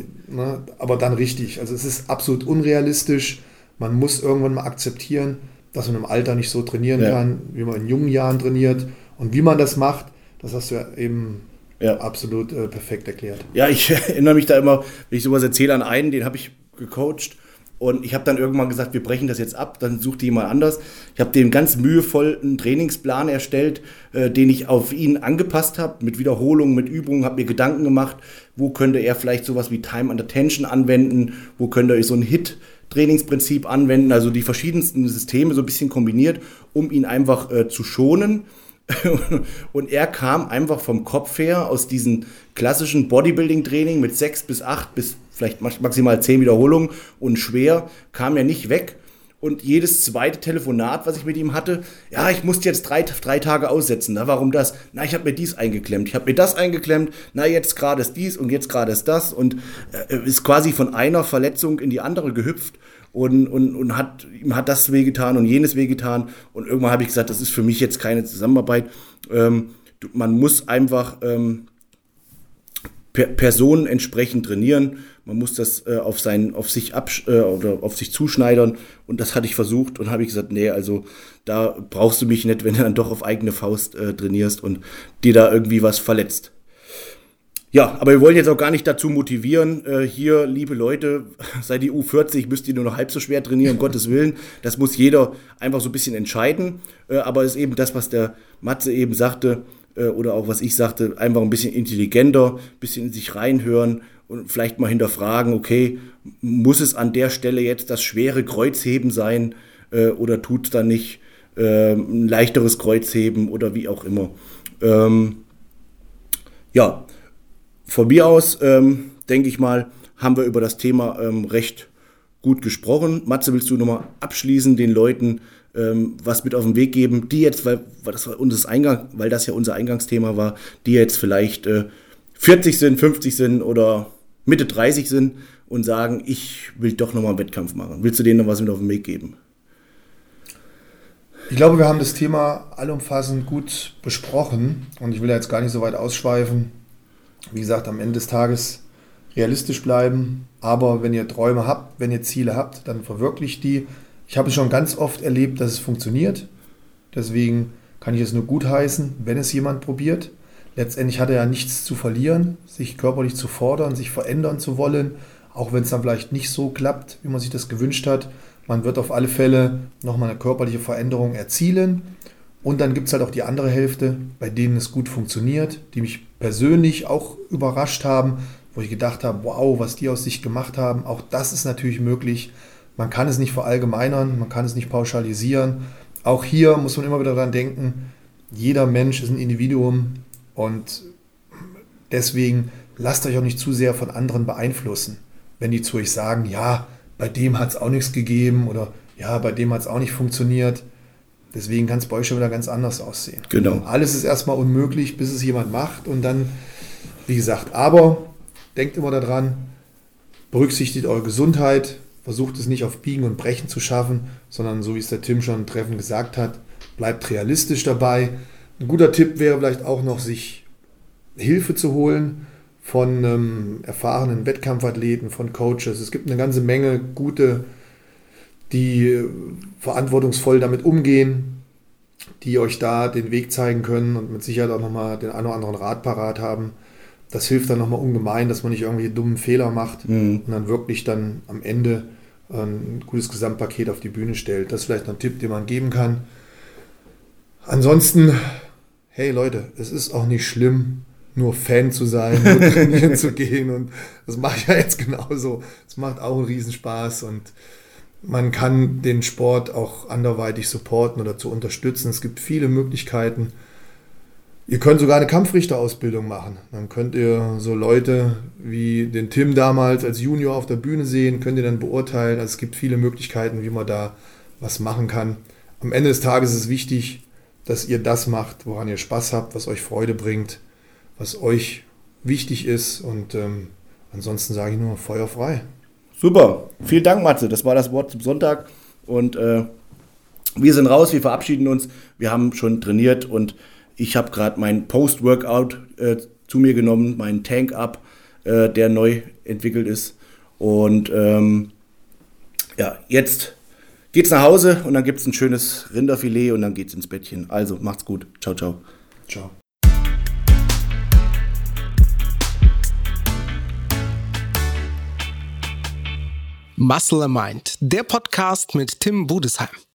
aber dann richtig. Also es ist absolut unrealistisch. Man muss irgendwann mal akzeptieren, dass man im Alter nicht so trainieren kann, wie man in jungen Jahren trainiert. Und wie man das macht, das hast du ja eben absolut perfekt erklärt. Ja, ich erinnere mich da immer, wenn ich sowas erzähle, an einen, den habe ich gecoacht. Und ich habe dann irgendwann gesagt, wir brechen das jetzt ab, dann sucht jemand anders. Ich habe dem ganz mühevoll einen Trainingsplan erstellt, den ich auf ihn angepasst habe, mit Wiederholungen, mit Übungen, habe mir Gedanken gemacht, wo könnte er vielleicht sowas wie Time under Tension anwenden, wo könnte er so ein HIIT-Trainingsprinzip anwenden, also die verschiedensten Systeme so ein bisschen kombiniert, um ihn einfach zu schonen. Und er kam einfach vom Kopf her aus diesem klassischen Bodybuilding-Training mit 6 bis 8 bis vielleicht maximal 10 Wiederholungen und schwer, kam er nicht weg. und jedes zweite Telefonat, was ich mit ihm hatte, ja, ich musste jetzt drei Tage aussetzen. Na, warum das? Na, ich habe mir dies eingeklemmt, ich habe mir das eingeklemmt, na, jetzt gerade ist dies und jetzt gerade ist das und ist quasi von einer Verletzung in die andere gehüpft und ihm hat das wehgetan und jenes wehgetan und irgendwann habe ich gesagt, das ist für mich jetzt keine Zusammenarbeit. Man muss einfach Personen entsprechend trainieren. Man muss das auf sich zuschneidern und das hatte ich versucht und habe ich gesagt, nee, also da brauchst du mich nicht, wenn du dann doch auf eigene Faust trainierst und dir da irgendwie was verletzt. Ja, aber wir wollen jetzt auch gar nicht dazu motivieren, hier, liebe Leute, seit die U40 müsst ihr nur noch halb so schwer trainieren, um Gottes Willen. Das muss jeder einfach so ein bisschen entscheiden, aber es ist eben das, was der Matze eben sagte, oder auch was ich sagte, einfach ein bisschen intelligenter, ein bisschen in sich reinhören und vielleicht mal hinterfragen, okay, muss es an der Stelle jetzt das schwere Kreuzheben sein oder tut es dann nicht ein leichteres Kreuzheben oder wie auch immer. Ja, von mir aus, denke ich mal, haben wir über das Thema recht gut gesprochen. Matze, willst du nochmal abschließend den Leuten was mit auf den Weg geben, die jetzt, weil das ja unser Eingangsthema war, die jetzt vielleicht 40 sind, 50 sind oder Mitte 30 sind und sagen, ich will doch nochmal einen Wettkampf machen. Willst du denen noch was mit auf den Weg geben? Ich glaube, wir haben das Thema allumfassend gut besprochen und ich will da jetzt gar nicht so weit ausschweifen. Wie gesagt, am Ende des Tages realistisch bleiben, aber wenn ihr Träume habt, wenn ihr Ziele habt, dann verwirklicht die. Ich habe es schon ganz oft erlebt, dass es funktioniert. Deswegen kann ich es nur gutheißen, wenn es jemand probiert. Letztendlich hat er ja nichts zu verlieren, sich körperlich zu fordern, sich verändern zu wollen, auch wenn es dann vielleicht nicht so klappt, wie man sich das gewünscht hat. Man wird auf alle Fälle nochmal eine körperliche Veränderung erzielen. Und dann gibt es halt auch die andere Hälfte, bei denen es gut funktioniert, die mich persönlich auch überrascht haben, wo ich gedacht habe, wow, was die aus sich gemacht haben. Auch das ist natürlich möglich. Man kann es nicht verallgemeinern, man kann es nicht pauschalisieren. Auch hier muss man immer wieder daran denken, jeder Mensch ist ein Individuum und deswegen lasst euch auch nicht zu sehr von anderen beeinflussen. Wenn die zu euch sagen, ja, bei dem hat es auch nichts gegeben oder ja, bei dem hat es auch nicht funktioniert. Deswegen kann es bei euch schon wieder ganz anders aussehen. Genau. Alles ist erstmal unmöglich, bis es jemand macht und dann, wie gesagt, aber denkt immer daran, berücksichtigt eure Gesundheit, versucht es nicht auf Biegen und Brechen zu schaffen, sondern so wie es der Tim schon treffend gesagt hat, bleibt realistisch dabei. Ein guter Tipp wäre vielleicht auch noch, sich Hilfe zu holen von erfahrenen Wettkampfathleten, von Coaches. Es gibt eine ganze Menge gute, die verantwortungsvoll damit umgehen, die euch da den Weg zeigen können und mit Sicherheit auch nochmal den einen oder anderen Rat parat haben. Das hilft dann nochmal ungemein, dass man nicht irgendwelche dummen Fehler macht und dann wirklich dann am Ende ein gutes Gesamtpaket auf die Bühne stellt. Das ist vielleicht noch ein Tipp, den man geben kann. Ansonsten, hey Leute, es ist auch nicht schlimm, nur Fan zu sein, nur trainieren zu gehen und das mache ich ja jetzt genauso. Es macht auch einen Riesenspaß und man kann den Sport auch anderweitig supporten oder zu unterstützen. Es gibt viele Möglichkeiten. Ihr könnt sogar eine Kampfrichterausbildung machen. Dann könnt ihr so Leute wie den Tim damals als Junior auf der Bühne sehen, könnt ihr dann beurteilen. Also es gibt viele Möglichkeiten, wie man da was machen kann. Am Ende des Tages ist es wichtig, dass ihr das macht, woran ihr Spaß habt, was euch Freude bringt, was euch wichtig ist. Und ansonsten sage ich nur Feuer frei. Super. Vielen Dank, Matze. Das war das Wort zum Sonntag. Und wir sind raus, wir verabschieden uns. Wir haben schon trainiert und ich habe gerade mein Post-Workout zu mir genommen, meinen Tank-Up, der neu entwickelt ist. Und ja, jetzt geht's nach Hause und dann gibt's ein schönes Rinderfilet und dann geht's ins Bettchen. Also, macht's gut. Ciao, ciao. Ciao. Muscle and Mind, der Podcast mit Tim Budesheim.